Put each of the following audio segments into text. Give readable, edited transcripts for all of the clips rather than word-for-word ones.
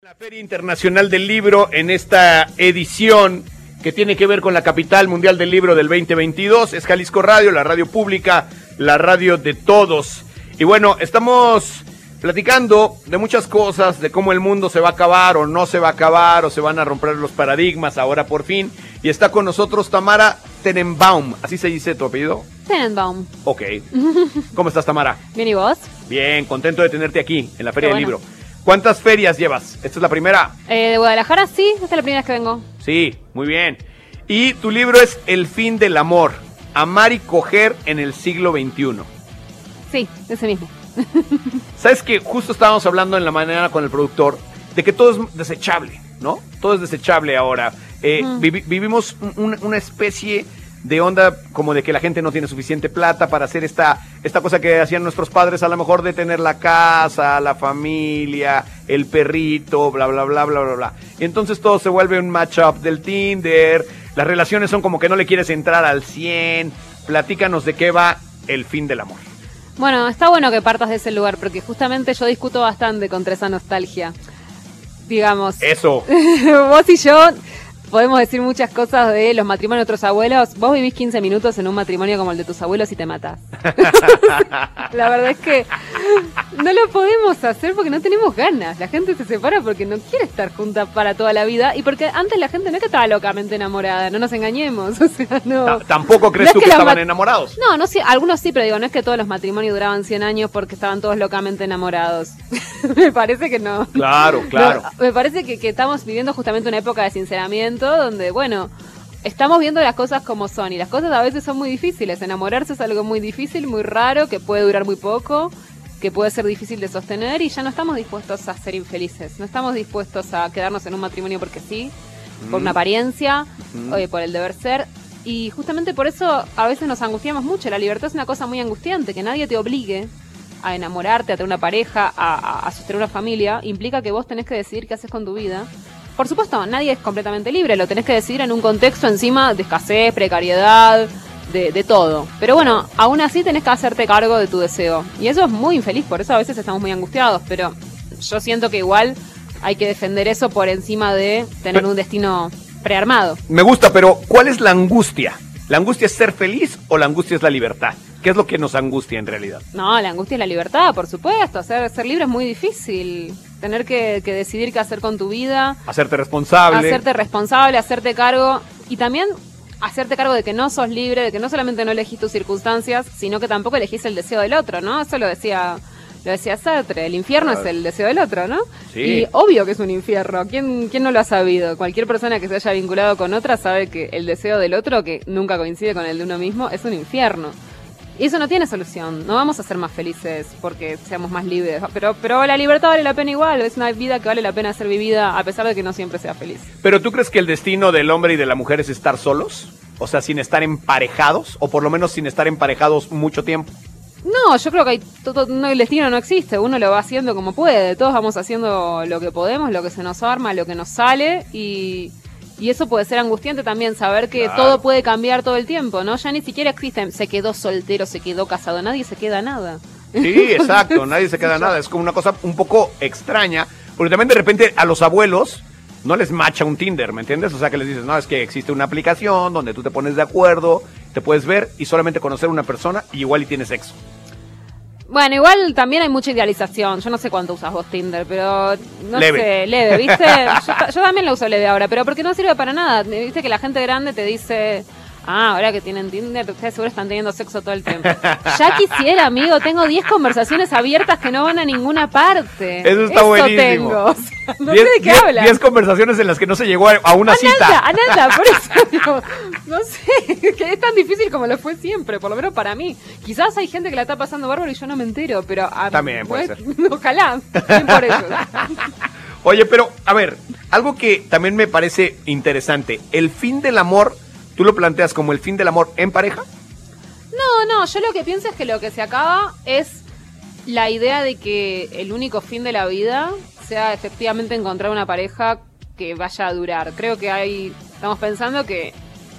La Feria Internacional del Libro en esta edición que tiene que ver con la capital mundial del libro del 2022 es Jalisco Radio, la radio pública, la radio de todos. Y bueno, estamos platicando de muchas cosas, de cómo el mundo se va a acabar o no se va a acabar, o se van a romper los paradigmas ahora por fin. Y está con nosotros Tamara Tenenbaum, ¿así se dice tu apellido? Tenenbaum. Ok. ¿Cómo estás, Tamara? Bien, ¿y vos? Bien, contento de tenerte aquí en la Feria del Libro. ¿Cuántas ferias llevas? ¿Esta es la primera? De Guadalajara, sí, esta es la primera vez que vengo. Sí, muy bien. Y tu libro es El fin del amor, amar y coger en el siglo XXI. Sí, ese mismo. ¿Sabes que justo estábamos hablando en la mañana con el productor de que todo es desechable, ¿no? Todo es desechable ahora. Vivimos una especie de onda como de que la gente no tiene suficiente plata para hacer esta cosa que hacían nuestros padres, a lo mejor de tener la casa, la familia, el perrito, bla, bla, bla, bla, bla, bla. Y entonces todo se vuelve un match-up del Tinder, las relaciones son como que no le quieres entrar al 100. Platícanos de qué va El fin del amor. Bueno, está bueno que partas de ese lugar, porque justamente yo discuto bastante contra esa nostalgia, digamos. Eso. Vos y yo podemos decir muchas cosas de los matrimonios de otros abuelos. Vos vivís 15 minutos en un matrimonio como el de tus abuelos y te matás. La verdad es que no lo podemos hacer porque no tenemos ganas. La gente se separa porque no quiere estar junta para toda la vida y porque antes la gente no es que estaba locamente enamorada, no nos engañemos. O sea, no. ¿Tampoco crees tú que estaban enamorados? No, sí, algunos sí, pero digo, no es que todos los matrimonios duraban 100 años porque estaban todos locamente enamorados. Me parece que no. Claro. No, me parece que estamos viviendo justamente una época de sinceramiento donde, bueno, estamos viendo las cosas como son y las cosas a veces son muy difíciles. Enamorarse es algo muy difícil, muy raro, que puede durar muy poco, que puede ser difícil de sostener y ya no estamos dispuestos a ser infelices. No estamos dispuestos a quedarnos en un matrimonio porque sí, por una apariencia, por el deber ser. Y justamente por eso a veces nos angustiamos mucho. La libertad es una cosa muy angustiante, que nadie te obligue a enamorarte, a tener una pareja, a sostener una familia. Implica que vos tenés que decidir qué haces con tu vida. Por supuesto, nadie es completamente libre, lo tenés que decidir en un contexto encima de escasez, precariedad, de todo. Pero bueno, aún así tenés que hacerte cargo de tu deseo. Y eso es muy infeliz, por eso a veces estamos muy angustiados. Pero yo siento que igual hay que defender eso por encima de tener un destino prearmado. Me gusta, pero ¿cuál es la angustia? ¿La angustia es ser feliz o la angustia es la libertad? ¿Qué es lo que nos angustia en realidad? No, la angustia es la libertad, por supuesto. Ser libre es muy difícil. Tener que decidir qué hacer con tu vida. Hacerte responsable, hacerte cargo. Y también hacerte cargo de que no sos libre, de que no solamente no elegís tus circunstancias, sino que tampoco elegís el deseo del otro, ¿no? Eso lo decía Sartre. El infierno es el deseo del otro, ¿no? Sí. Y obvio que es un infierno. ¿Quién no lo ha sabido? Cualquier persona que se haya vinculado con otra sabe que el deseo del otro, que nunca coincide con el de uno mismo, es un infierno. Y eso no tiene solución. No vamos a ser más felices porque seamos más libres. Pero la libertad vale la pena igual. Es una vida que vale la pena ser vivida a pesar de que no siempre sea feliz. ¿Pero tú crees que el destino del hombre y de la mujer es estar solos? O sea, sin estar emparejados, o por lo menos sin estar emparejados mucho tiempo. No, yo creo que el destino no existe. Uno lo va haciendo como puede. Todos vamos haciendo lo que podemos, lo que se nos arma, lo que nos sale y eso puede ser angustiante también, saber que todo puede cambiar todo el tiempo, ¿no? Ya ni siquiera existen, se quedó soltero, se quedó casado, nadie se queda nada. Sí, exacto, nadie se queda nada, es como una cosa un poco extraña, porque también de repente a los abuelos no les macha un Tinder, ¿me entiendes? O sea, que les dices, no, es que existe una aplicación donde tú te pones de acuerdo, te puedes ver y solamente conocer una persona y igual y tienes sexo. Bueno, igual también hay mucha idealización. Yo no sé cuánto usas vos Tinder, pero leve, ¿viste? Yo también lo uso leve ahora, pero porque no sirve para nada. Viste que la gente grande te dice, ahora que tienen Tinder, ustedes seguro están teniendo sexo todo el tiempo. Ya quisiera, amigo, tengo 10 conversaciones abiertas que no van a ninguna parte. Eso está buenísimo. Tengo. O sea, no sé de qué hablan. 10 conversaciones en las que no se llegó a una cita. A nada, por eso digo, no sé, que es tan difícil como lo fue siempre, por lo menos para mí. Quizás hay gente que la está pasando bárbaro y yo no me entero, pero también puede ser. Ojalá, bien por eso. Oye, pero, a ver, algo que también me parece interesante, el fin del amor, ¿tú lo planteas como el fin del amor en pareja? No, yo lo que pienso es que lo que se acaba es la idea de que el único fin de la vida sea efectivamente encontrar una pareja que vaya a durar. Creo que estamos pensando que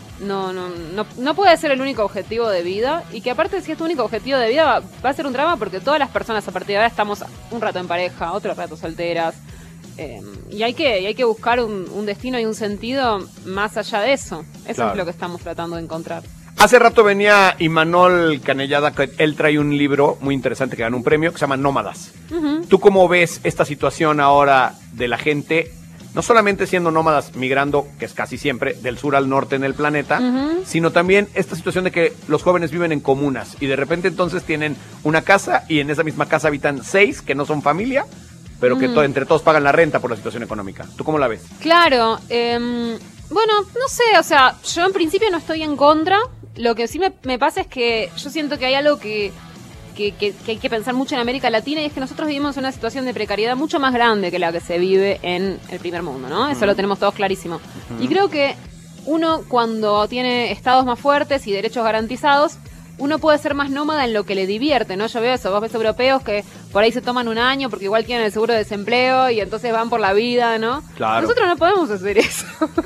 no puede ser el único objetivo de vida y que aparte si es tu único objetivo de vida va a ser un drama porque todas las personas a partir de ahora estamos un rato en pareja, otro rato solteras. Y hay que buscar un destino y un sentido más allá de eso. Eso Claro. es lo que estamos tratando de encontrar. Hace rato venía Imanol Canellada, que él trae un libro muy interesante que ganó un premio que se llama Nómadas. Uh-huh. ¿Tú cómo ves esta situación ahora de la gente, no solamente siendo nómadas migrando, que es casi siempre, del sur al norte en el planeta, Uh-huh. sino también esta situación de que los jóvenes viven en comunas y de repente entonces tienen una casa y en esa misma casa habitan 6 que no son familia, pero que entre todos pagan la renta por la situación económica? ¿Tú cómo la ves? Claro, bueno, no sé, o sea, yo en principio no estoy en contra. Lo que sí me pasa es que yo siento que hay algo que hay que pensar mucho en América Latina, y es que nosotros vivimos una situación de precariedad mucho más grande que la que se vive en el primer mundo, ¿no? Eso lo tenemos todos clarísimo. Y creo que uno, cuando tiene estados más fuertes y derechos garantizados, uno puede ser más nómada en lo que le divierte, ¿no? Yo veo eso, vos ves europeos que por ahí se toman un año porque igual quieren el seguro de desempleo y entonces van por la vida, ¿no? Claro. Nosotros no podemos hacer eso.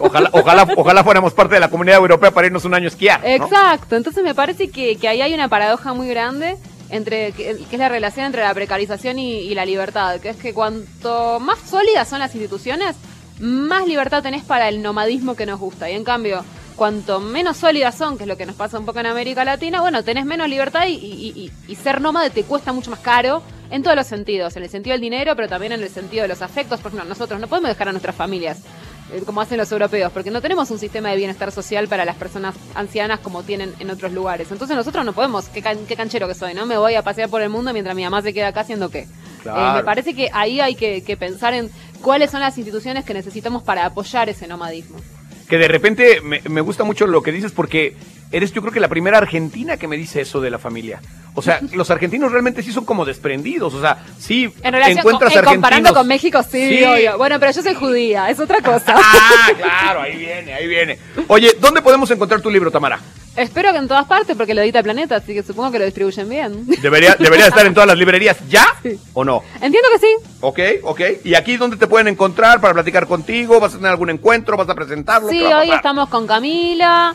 Ojalá fuéramos parte de la comunidad europea para irnos un año a esquiar, ¿no? Exacto, entonces me parece que ahí hay una paradoja muy grande que es la relación entre la precarización y la libertad, que es que cuanto más sólidas son las instituciones, más libertad tenés para el nomadismo que nos gusta, y en cambio, cuanto menos sólidas son, que es lo que nos pasa un poco en América Latina, bueno, tenés menos libertad y ser nómade te cuesta mucho más caro en todos los sentidos, en el sentido del dinero, pero también en el sentido de los afectos. Por ejemplo, nosotros no podemos dejar a nuestras familias como hacen los europeos, porque no tenemos un sistema de bienestar social para las personas ancianas como tienen en otros lugares. Entonces nosotros no podemos, qué canchero que soy, ¿no? Me voy a pasear por el mundo mientras mi mamá se queda acá haciendo qué. Claro. Me parece que ahí hay que pensar en cuáles son las instituciones que necesitamos para apoyar ese nomadismo. Que de repente me gusta mucho lo que dices, porque eres, yo creo que la primera argentina que me dice eso de la familia. O sea, los argentinos realmente sí son como desprendidos. O sea, sí En relación encuentras comparando argentinos. con México, sí, obvio. Bueno, pero yo soy judía, es otra cosa. Ah, claro, ahí viene. Oye, ¿dónde podemos encontrar tu libro, Tamara? Espero que en todas partes, porque lo edita Planeta, así que supongo que lo distribuyen bien. ¿Debería estar en todas las librerías ya Sí. o no? Entiendo que sí. Ok. ¿Y aquí dónde te pueden encontrar para platicar contigo? ¿Vas a tener algún encuentro? ¿Vas a presentarlo? Sí, ¿Qué va a hoy pasar? estamos con Camila.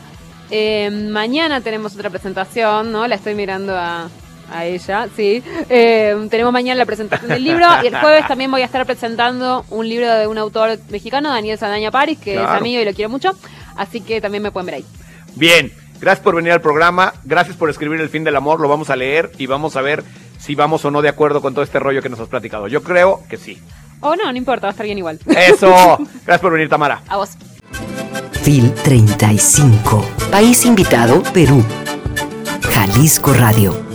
Mañana tenemos otra presentación, ¿no? La estoy mirando a ella, sí. Tenemos mañana la presentación del libro, y el jueves también voy a estar presentando un libro de un autor mexicano, Daniel Saldaña París, que Claro. es amigo y lo quiero mucho, así que también me pueden ver ahí. Bien, gracias por venir al programa, gracias por escribir El fin del amor, lo vamos a leer y vamos a ver si vamos o no de acuerdo con todo este rollo que nos has platicado. Yo creo que sí. O no importa, va a estar bien igual. Eso, gracias por venir, Tamara. A vos. FIL 35. País invitado, Perú. Jalisco Radio.